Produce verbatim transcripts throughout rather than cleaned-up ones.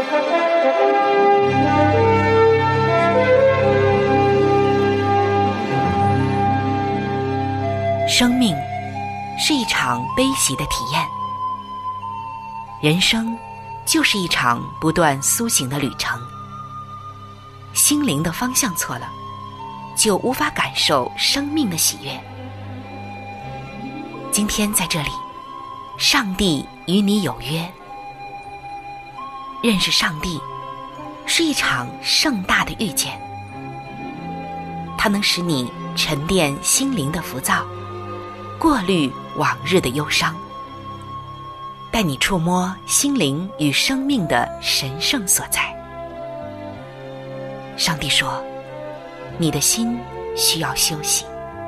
生命是一场悲喜的体验，人生就是一场不断苏醒的旅程。心灵的方向错了，就无法感受生命的喜悦。今天在这里，上帝与你有约。认识上帝是一场盛大的遇见，它能使你沉淀心灵的浮躁，过滤往日的忧伤，带你触摸心灵与生命的神圣所在。上帝说，你的心需要休息。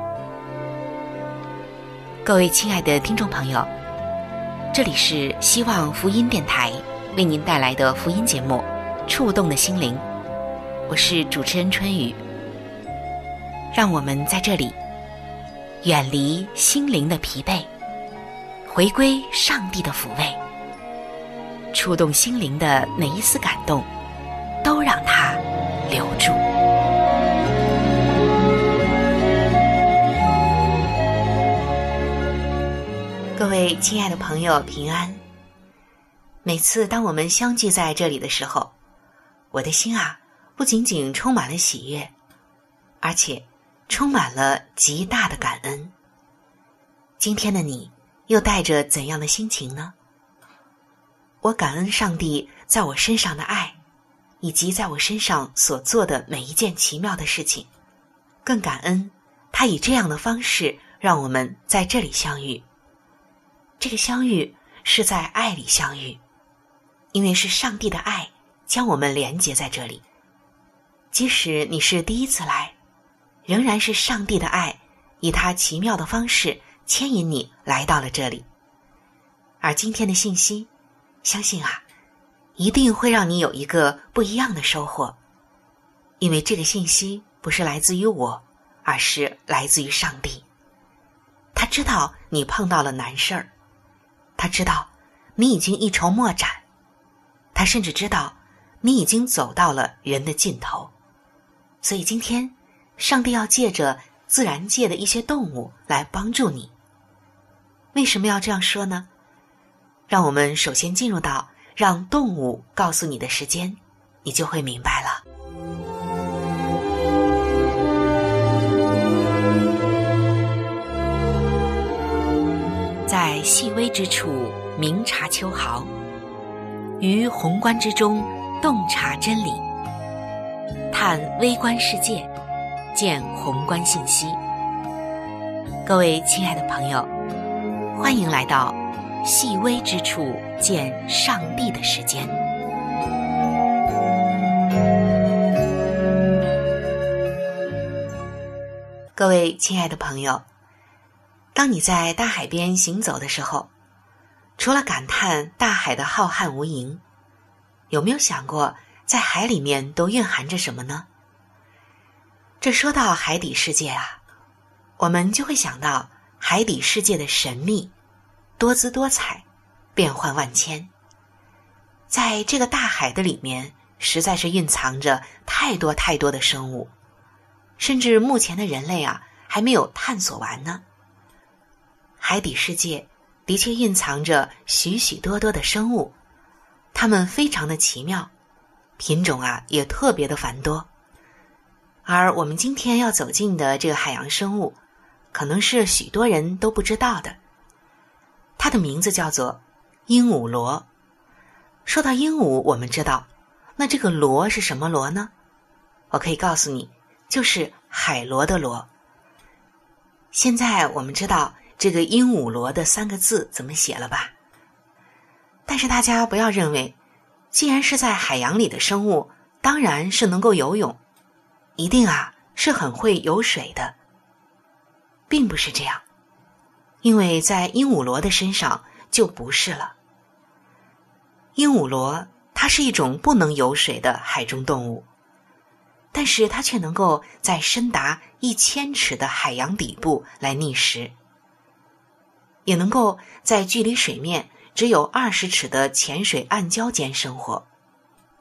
各位亲爱的听众朋友，这里是希望福音电台为您带来的福音节目《触动的心灵》，我是主持人春雨。让我们在这里远离心灵的疲惫，回归上帝的抚慰，触动心灵的每一丝感动，都让它留住。各位亲爱的朋友，平安。每次当我们相聚在这里的时候，我的心啊，不仅仅充满了喜悦，而且充满了极大的感恩。今天的你又带着怎样的心情呢？我感恩上帝在我身上的爱，以及在我身上所做的每一件奇妙的事情，更感恩他以这样的方式让我们在这里相遇。这个相遇是在爱里相遇，因为是上帝的爱将我们连结在这里。即使你是第一次来，仍然是上帝的爱以他奇妙的方式牵引你来到了这里。而今天的信息，相信啊，一定会让你有一个不一样的收获，因为这个信息不是来自于我，而是来自于上帝。他知道你碰到了难事儿，他知道你已经一筹莫展，他甚至知道你已经走到了人的尽头。所以今天上帝要借着自然界的一些动物来帮助你。为什么要这样说呢？让我们首先进入到让动物告诉你的时间，你就会明白了。在细微之处明察秋毫，于宏观之中洞察真理，探微观世界，见宏观信息。各位亲爱的朋友，欢迎来到细微之处见上帝的时间。各位亲爱的朋友，当你在大海边行走的时候，除了感叹大海的浩瀚无垠，有没有想过在海里面都蕴含着什么呢？这说到海底世界啊，我们就会想到海底世界的神秘、多姿多彩、变幻万千。在这个大海的里面，实在是蕴藏着太多太多的生物，甚至目前的人类啊，还没有探索完呢。海底世界的确蕴藏着许许多多的生物，它们非常的奇妙，品种啊也特别的繁多。而我们今天要走进的这个海洋生物，可能是许多人都不知道的。它的名字叫做鹦鹉螺。说到鹦鹉，我们知道，那这个螺是什么螺呢？我可以告诉你，就是海螺的螺。现在我们知道这个鹦鹉螺的三个字怎么写了吧？但是大家不要认为，既然是在海洋里的生物，当然是能够游泳，一定啊是很会游水的。并不是这样，因为在鹦鹉螺的身上就不是了。鹦鹉螺它是一种不能游水的海中动物，但是它却能够在深达一千尺的海洋底部来觅食，也能够在距离水面只有二十尺的浅水暗礁间生活。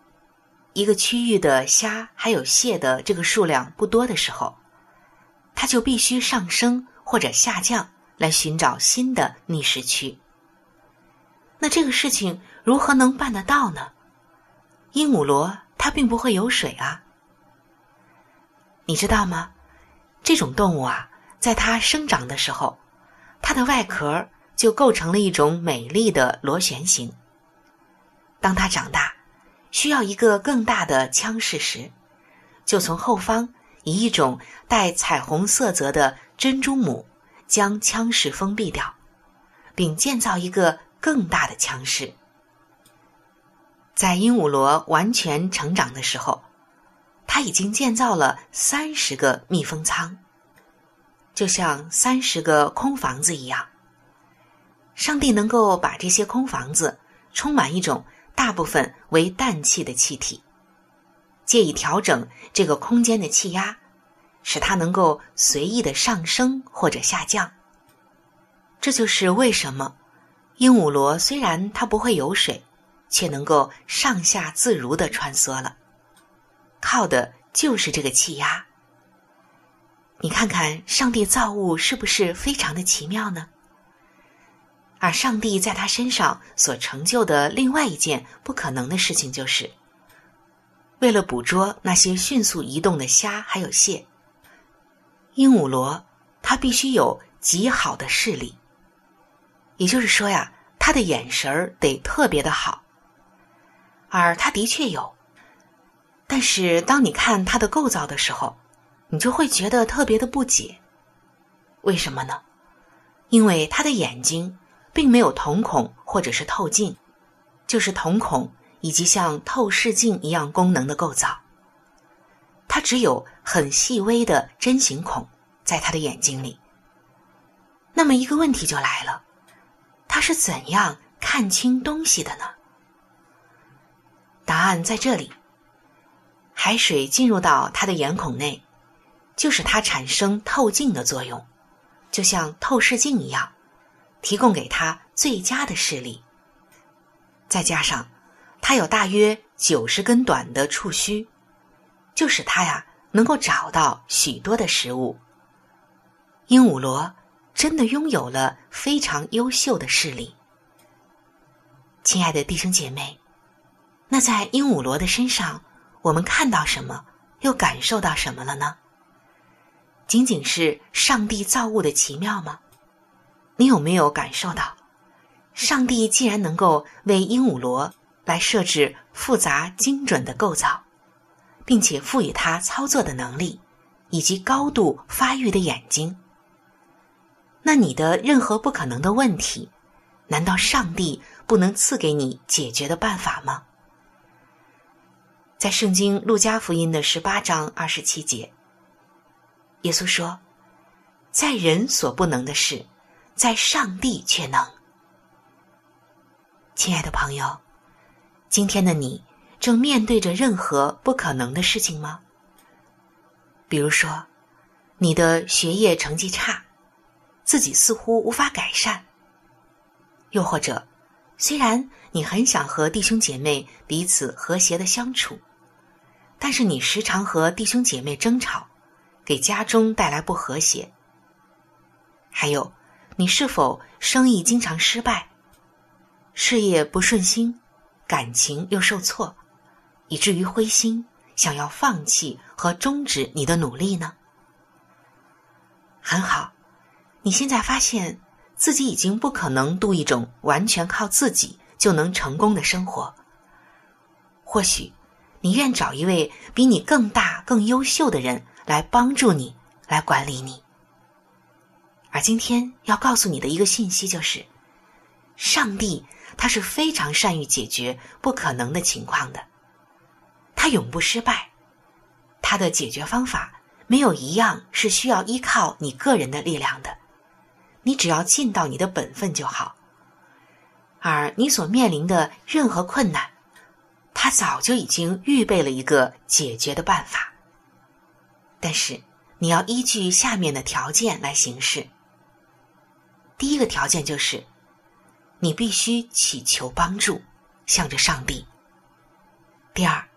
一个区域的虾还有蟹的这个数量不多的时候，它就必须上升或者下降来寻找新的觅食区。那这个事情如何能办得到呢？鹦鹉螺它并不会游水啊。你知道吗？这种动物啊，在它生长的时候，它的外壳就构成了一种美丽的螺旋形。当它长大，需要一个更大的腔室时，就从后方以一种带彩虹色泽的珍珠母将腔室封闭掉，并建造一个更大的腔室。在鹦鹉螺完全成长的时候，它已经建造了三十个密封舱，就像三十个空房子一样。上帝能够把这些空房子充满一种大部分为氮气的气体，借以调整这个空间的气压，使它能够随意的上升或者下降。这就是为什么鹦鹉螺虽然它不会游水，却能够上下自如地穿梭了，靠的就是这个气压。你看看上帝造物是不是非常的奇妙呢？而上帝在他身上所成就的另外一件不可能的事情，就是为了捕捉那些迅速移动的虾还有蟹，鹦鹉螺它必须有极好的视力。也就是说呀，它的眼神得特别的好。而它的确有，但是当你看它的构造的时候，你就会觉得特别的不解。为什么呢？因为它的眼睛并没有瞳孔或者是透镜，就是瞳孔以及像透视镜一样功能的构造。它只有很细微的针形孔在它的眼睛里。那么一个问题就来了，它是怎样看清东西的呢？答案在这里。海水进入到它的眼孔内，就使它产生透镜的作用，就像透视镜一样，提供给它最佳的视力。再加上它有大约九十根短的触须，就使它呀能够找到许多的食物。鹦鹉螺真的拥有了非常优秀的视力。亲爱的弟兄姐妹，那在鹦鹉螺的身上，我们看到什么，又感受到什么了呢？仅仅是上帝造物的奇妙吗？你有没有感受到，上帝既然能够为鹦鹉螺来设置复杂精准的构造，并且赋予它操作的能力，以及高度发育的眼睛，那你的任何不可能的问题，难道上帝不能赐给你解决的办法吗？在圣经路加福音的十八章二十七节，耶稣说，在人所不能的事，在上帝却能。亲爱的朋友，今天的你正面对着任何不可能的事情吗？比如说，你的学业成绩差，自己似乎无法改善。又或者，虽然你很想和弟兄姐妹彼此和谐的相处，但是你时常和弟兄姐妹争吵，给家中带来不和谐。还有，你是否生意经常失败，事业不顺心，感情又受挫，以至于灰心，想要放弃和终止你的努力呢？很好，你现在发现自己已经不可能度一种完全靠自己就能成功的生活。或许你愿找一位比你更大更优秀的人来帮助你，来管理你。而今天要告诉你的一个信息就是，上帝他是非常善于解决不可能的情况的，他永不失败，他的解决方法没有一样是需要依靠你个人的力量的，你只要尽到你的本分就好。而你所面临的任何困难，他早就已经预备了一个解决的办法。但是你要依据下面的条件来行事。第一个条件就是，你必须祈求帮助，向着上帝。第二，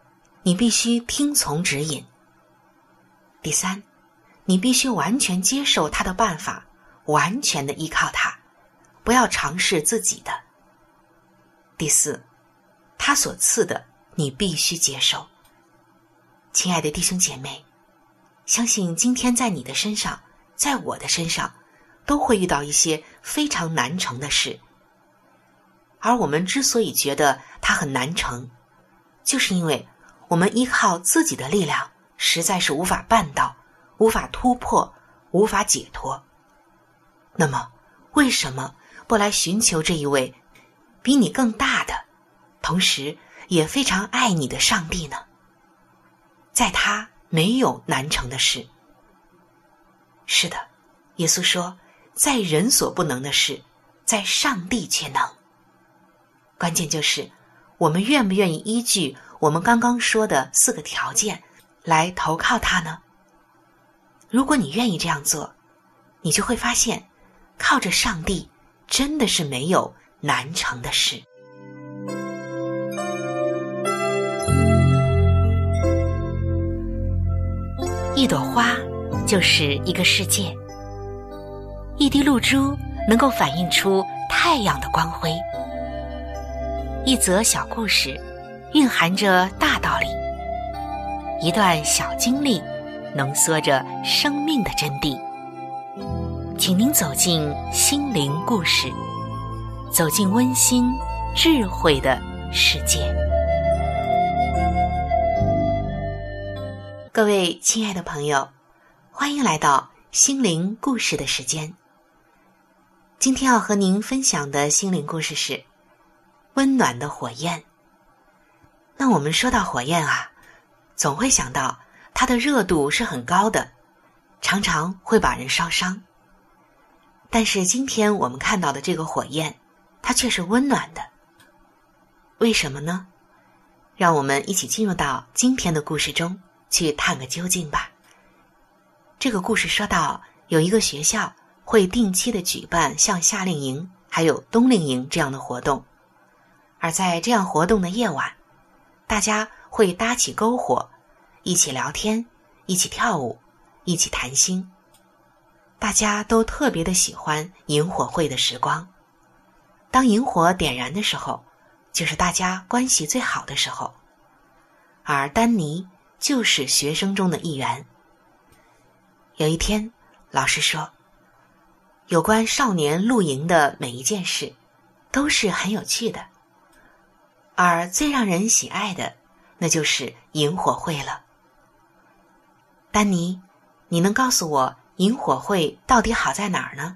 你必须听从指引。第三，你必须完全接受他的办法，完全的依靠他，不要尝试自己的。第四，他所赐的你必须接受。亲爱的弟兄姐妹，相信今天在你的身上，在我的身上，都会遇到一些非常难成的事。而我们之所以觉得它很难成，就是因为我们依靠自己的力量实在是无法办到，无法突破，无法解脱。那么为什么不来寻求这一位比你更大的，同时也非常爱你的上帝呢？在他没有难成的事。是的，耶稣说，在人所不能的事，在上帝却能。关键就是我们愿不愿意依据我们刚刚说的四个条件来投靠他呢？如果你愿意这样做，你就会发现靠着上帝真的是没有难成的事。一朵花就是一个世界，一滴露珠能够反映出太阳的光辉，一则小故事蕴含着大道理，一段小经历浓缩着生命的真谛。请您走进心灵故事，走进温馨智慧的世界。各位亲爱的朋友，欢迎来到心灵故事的时间。今天要和您分享的心灵故事是温暖的火焰。那我们说到火焰啊，总会想到它的热度是很高的，常常会把人烧伤。但是今天我们看到的这个火焰，它却是温暖的。为什么呢？让我们一起进入到今天的故事中去探个究竟吧。这个故事说到，有一个学校会定期的举办像夏令营还有冬令营这样的活动，而在这样活动的夜晚，大家会搭起篝火，一起聊天，一起跳舞，一起谈心。大家都特别的喜欢萤火会的时光。当萤火点燃的时候，就是大家关系最好的时候。而丹尼就是学生中的一员。有一天，老师说，有关少年露营的每一件事都是很有趣的，而最让人喜爱的那就是萤火会了。丹尼，你能告诉我萤火会到底好在哪儿呢？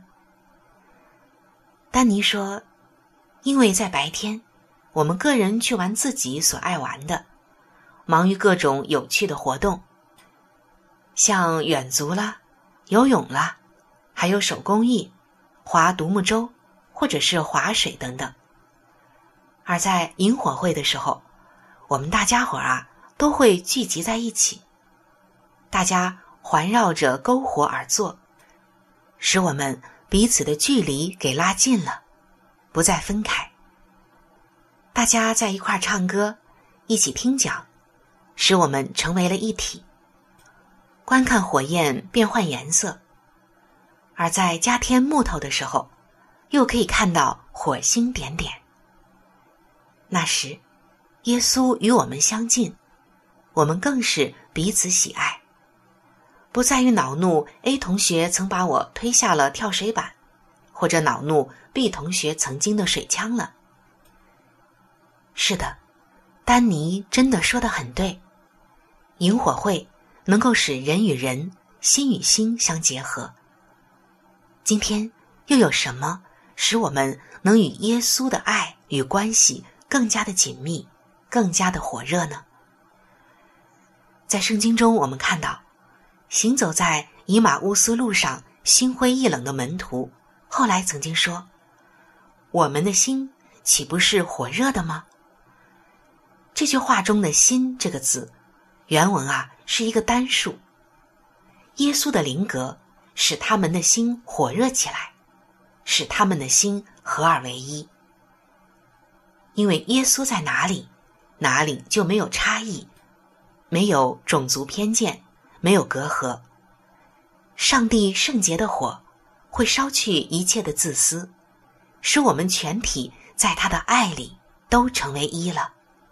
丹尼说，因为在白天，我们个人去玩自己所爱玩的，忙于各种有趣的活动，像远足啦、游泳啦，还有手工艺、划独木舟或者是划水等等。而在萤火会的时候，我们大家伙啊都会聚集在一起，大家环绕着篝火而坐，使我们彼此的距离给拉近了，不再分开。大家在一块唱歌，一起听讲，使我们成为了一体。观看火焰变换颜色，而在加添木头的时候，又可以看到火星点点。那时，耶稣与我们相近，我们更是彼此喜爱，不在于恼怒 A 同学曾把我推下了跳水板，或者恼怒 B 同学曾经的水枪了。是的，丹尼真的说得很对，萤火会能够使人与人、心与心相结合。今天又有什么使我们能与耶稣的爱与关系更加的紧密，更加的火热呢？在圣经中我们看到，行走在以马乌斯路上心灰意冷的门徒后来曾经说，我们的心岂不是火热的吗？这句话中的心这个字，原文啊是一个单数。耶稣的灵格使他们的心火热起来，使他们的心合而为一。因为耶稣在哪里，哪里就没有差异， 没有种族偏见，没有隔阂。上帝圣洁的火会烧去一切的自私，使我们全体在他的爱里都成为一了。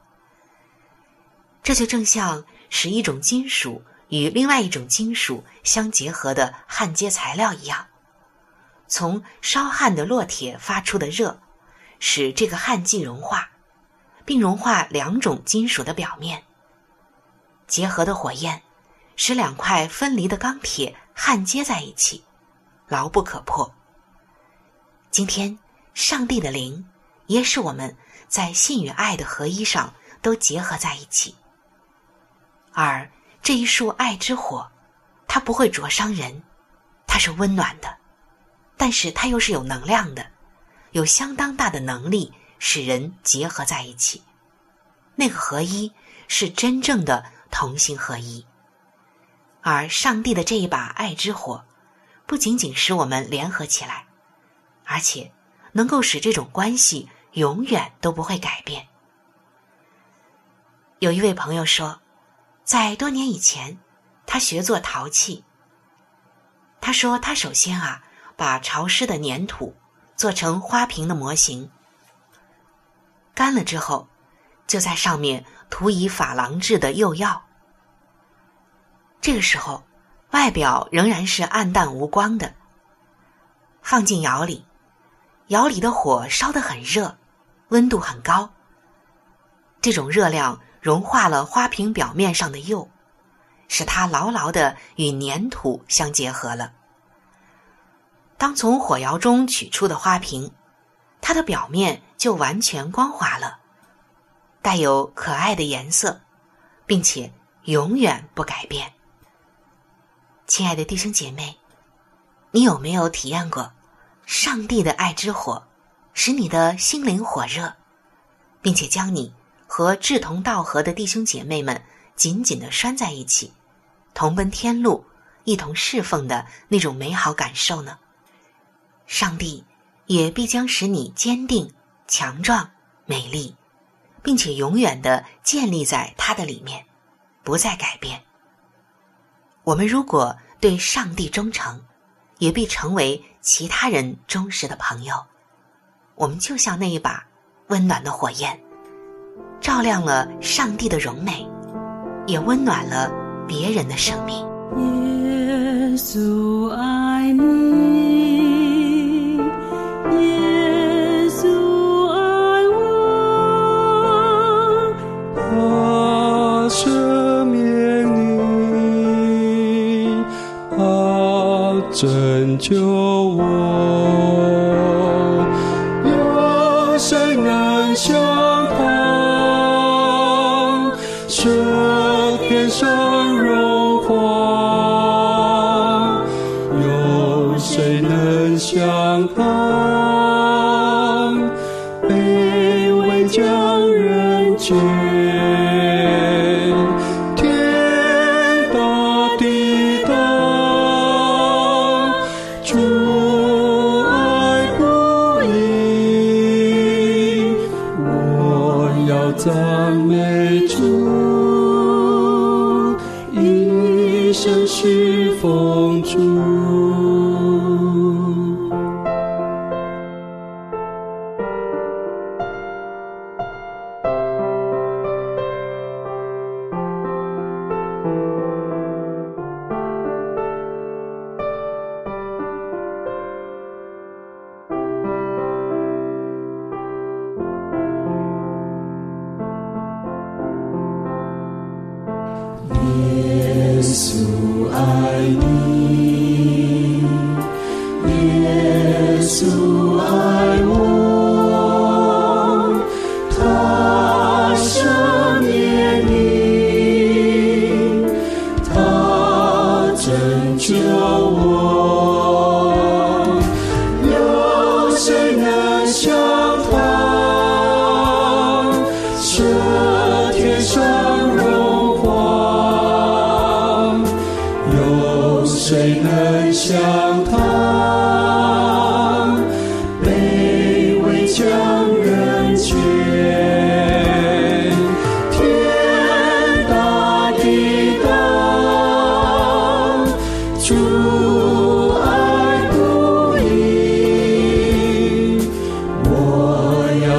这就正像使一种金属与另外一种金属相结合的焊接材料一样，从烧焊的烙铁发出的热使这个焊剂融化，并融化两种金属的表面。结合的火焰使两块分离的钢铁焊接在一起，牢不可破。今天上帝的灵也使我们在信与爱的合一上都结合在一起。而这一束爱之火，它不会灼伤人，它是温暖的，但是它又是有能量的，有相当大的能力使人结合在一起。那个合一是真正的同心合一。而上帝的这一把爱之火不仅仅使我们联合起来，而且能够使这种关系永远都不会改变。有一位朋友说，在多年以前他学做陶器。他说他首先啊把潮湿的粘土做成花瓶的模型，干了之后就在上面涂以珐琅质的釉药。这个时候外表仍然是暗淡无光的，放进窑里，窑里的火烧得很热，温度很高，这种热量融化了花瓶表面上的釉，使它牢牢地与粘土相结合了。当从火窑中取出的花瓶，它的表面就完全光滑了，带有可爱的颜色，并且永远不改变。亲爱的弟兄姐妹，你有没有体验过上帝的爱之火使你的心灵火热，并且将你和志同道合的弟兄姐妹们紧紧地拴在一起，同奔天路，一同侍奉的那种美好感受呢？上帝也必将使你坚定、强壮、美丽，并且永远地建立在他的里面，不再改变。我们如果对上帝忠诚，也必成为其他人忠实的朋友。我们就像那一把温暖的火焰，照亮了上帝的荣美，也温暖了别人的生命。 耶稣爱你，耶稣爱我， 他赦免你，他拯救我，有谁能像他赦天上荣华？有谁能像他卑微将人间？天大地大，主爱不移，我要赞美主，一生侍奉主。耶稣爱你，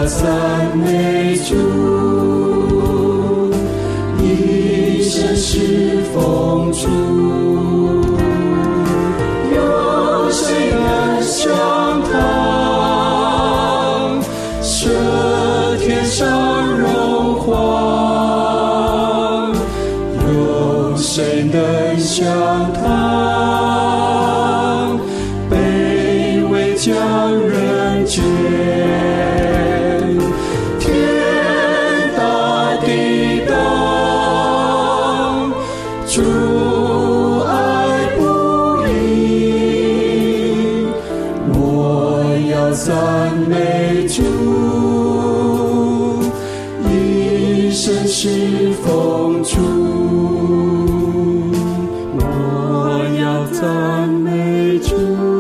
赞美主，一生侍奉主。有谁能像他，舍天上荣华？有谁能像他，卑微将人间？主爱不离，我要赞美主，一生侍奉主。我要赞美主，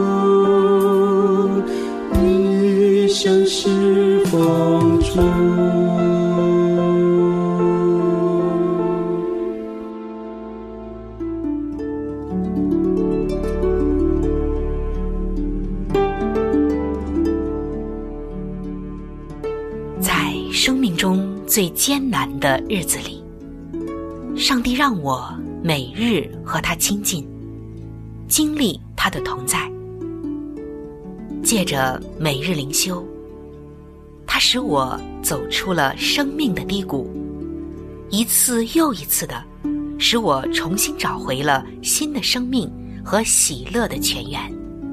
一生侍奉主。 生命中最艰难的日子里，上帝让我每日和他亲近，经历他的同在。借着每日灵修，他使我走出了生命的低谷，一次又一次的使我重新找回了新的生命和喜乐的泉源。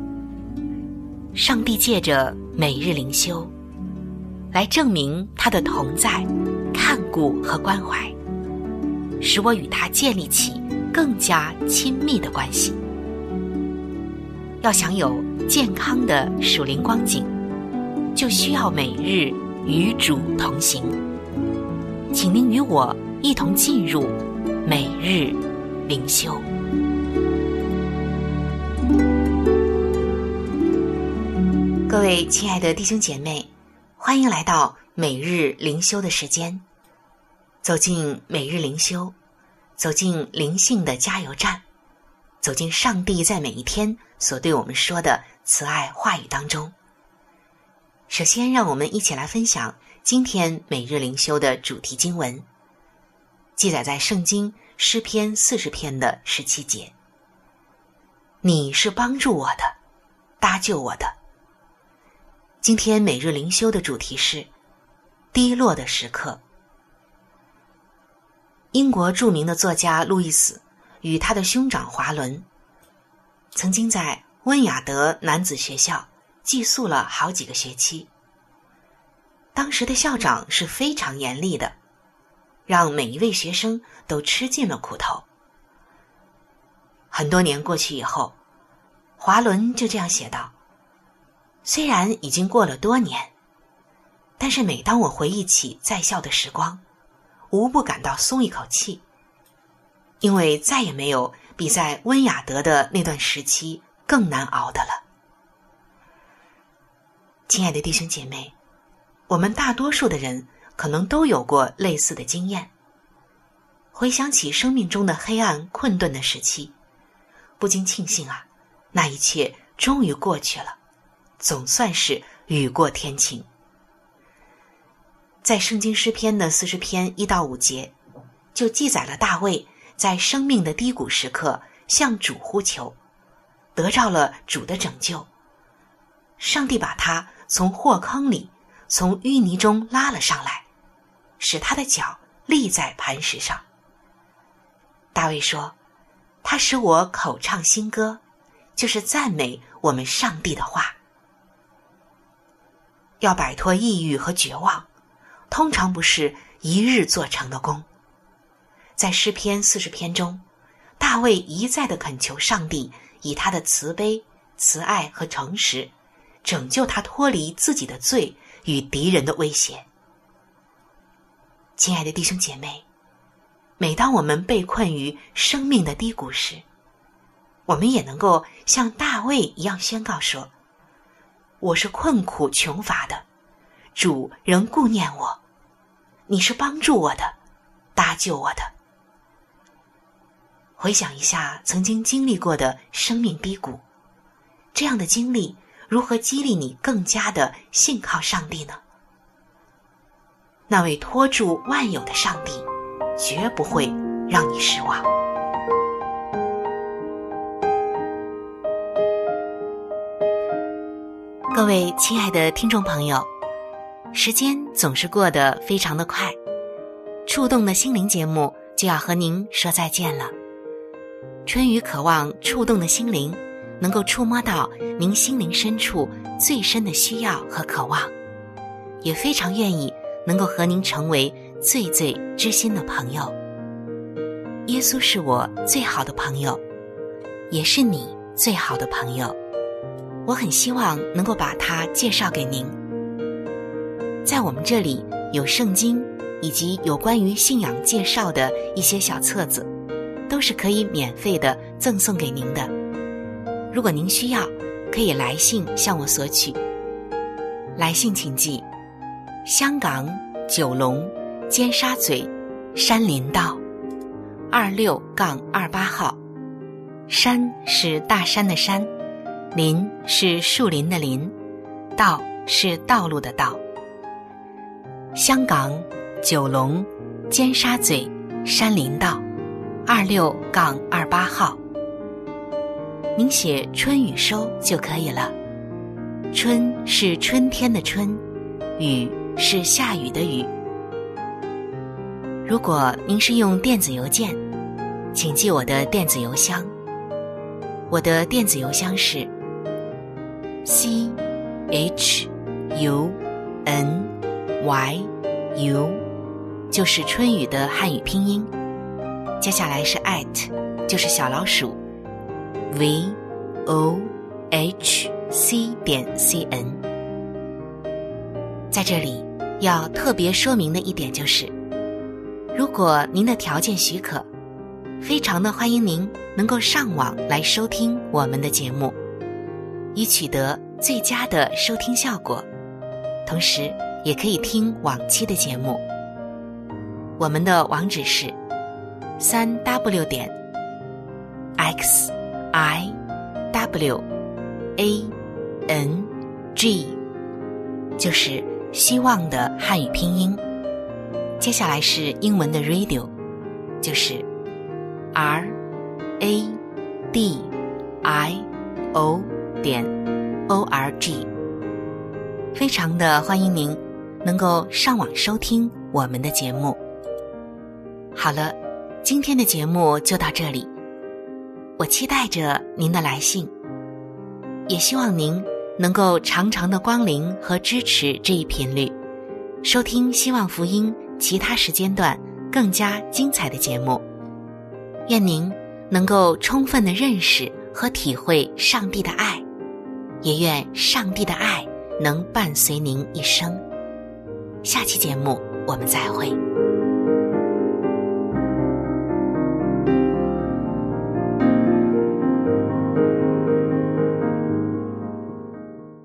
上帝借着每日灵修来证明他的同在、看顾和关怀，使我与他建立起更加亲密的关系。要享有健康的属灵光景，就需要每日与主同行。请您与我一同进入每日灵修。各位亲爱的弟兄姐妹，欢迎来到每日灵修的时间。走进每日灵修，走进灵性的加油站，走进上帝在每一天所对我们说的慈爱话语当中。首先让我们一起来分享今天每日灵修的主题经文，记载在圣经诗篇四十篇的十七节。你是帮助我的，搭救我的。今天每日灵修的主题是低落的时刻。英国著名的作家路易斯与他的兄长华伦曾经在温雅德男子学校寄宿了好几个学期。当时的校长是非常严厉的，让每一位学生都吃尽了苦头。很多年过去以后，华伦就这样写道：虽然已经过了多年，但是每当我回忆起在校的时光，无不感到松一口气，因为再也没有比在温雅德的那段时期更难熬的了。亲爱的弟兄姐妹，我们大多数的人可能都有过类似的经验。回想起生命中的黑暗困顿的时期，不禁庆幸啊，那一切终于过去了，总算是雨过天晴。在圣经诗篇的四十篇一到五节，就记载了大卫在生命的低谷时刻向主呼求，得到了主的拯救。上帝把他从祸坑里，从淤泥中拉了上来，使他的脚立在磐石上。大卫说，他使我口唱新歌，就是赞美我们上帝的话。要摆脱抑郁和绝望，通常不是一日做成的功。在诗篇四十篇中，大卫一再地恳求上帝以他的慈悲、慈爱和诚实，拯救他脱离自己的罪与敌人的威胁。亲爱的弟兄姐妹，每当我们被困于生命的低谷时，我们也能够像大卫一样宣告说，我是困苦穷乏的，主仍顾念我，你是帮助我的，搭救我的。回想一下曾经经历过的生命低谷，这样的经历如何激励你更加的信靠上帝呢？ 那位托住万有的上帝绝不会让你失望。各位亲爱的听众朋友，时间总是过得非常的快，触动的心灵节目就要和您说再见了。春雨渴望触动的心灵能够触摸到您心灵深处最深的需要和渴望，也非常愿意能够和您成为最最知心的朋友。耶稣是我最好的朋友，也是你最好的朋友。我很希望能够把它介绍给您。在我们这里有圣经以及有关于信仰介绍的一些小册子，都是可以免费的赠送给您的。如果您需要，可以来信向我索取。来信请寄香港九龙尖沙咀山林道二六杠二八号。山是大山的山，林是树林的林，道是道路的道。香港九龙尖沙咀山林道二六杠二八号。您写春雨收就可以了。春是春天的春，雨是下雨的雨。如果您是用电子邮件，请记我的电子邮箱。我的电子邮箱是 c h u n y u， 就是春雨的汉语拼音，接下来是 at， 就是小老鼠 v o h c 点 c n。 在这里要特别说明的一点就是，如果您的条件许可，非常的欢迎您能够上网来收听我们的节目，以取得最佳的收听效果，同时也可以听往期的节目。我们的网址是 三 w 点 x i w a n g， 就是希望的汉语拼音。接下来是英文的 radio， 就是 r a d i o 点 o r g。 非常的欢迎您能够上网收听我们的节目。好了，今天的节目就到这里，我期待着您的来信，也希望您能够常常的光临和支持这一频率，收听希望福音其他时间段更加精彩的节目。愿您能够充分的认识和体会上帝的爱，也愿上帝的爱能伴随您一生。下期节目我们再会。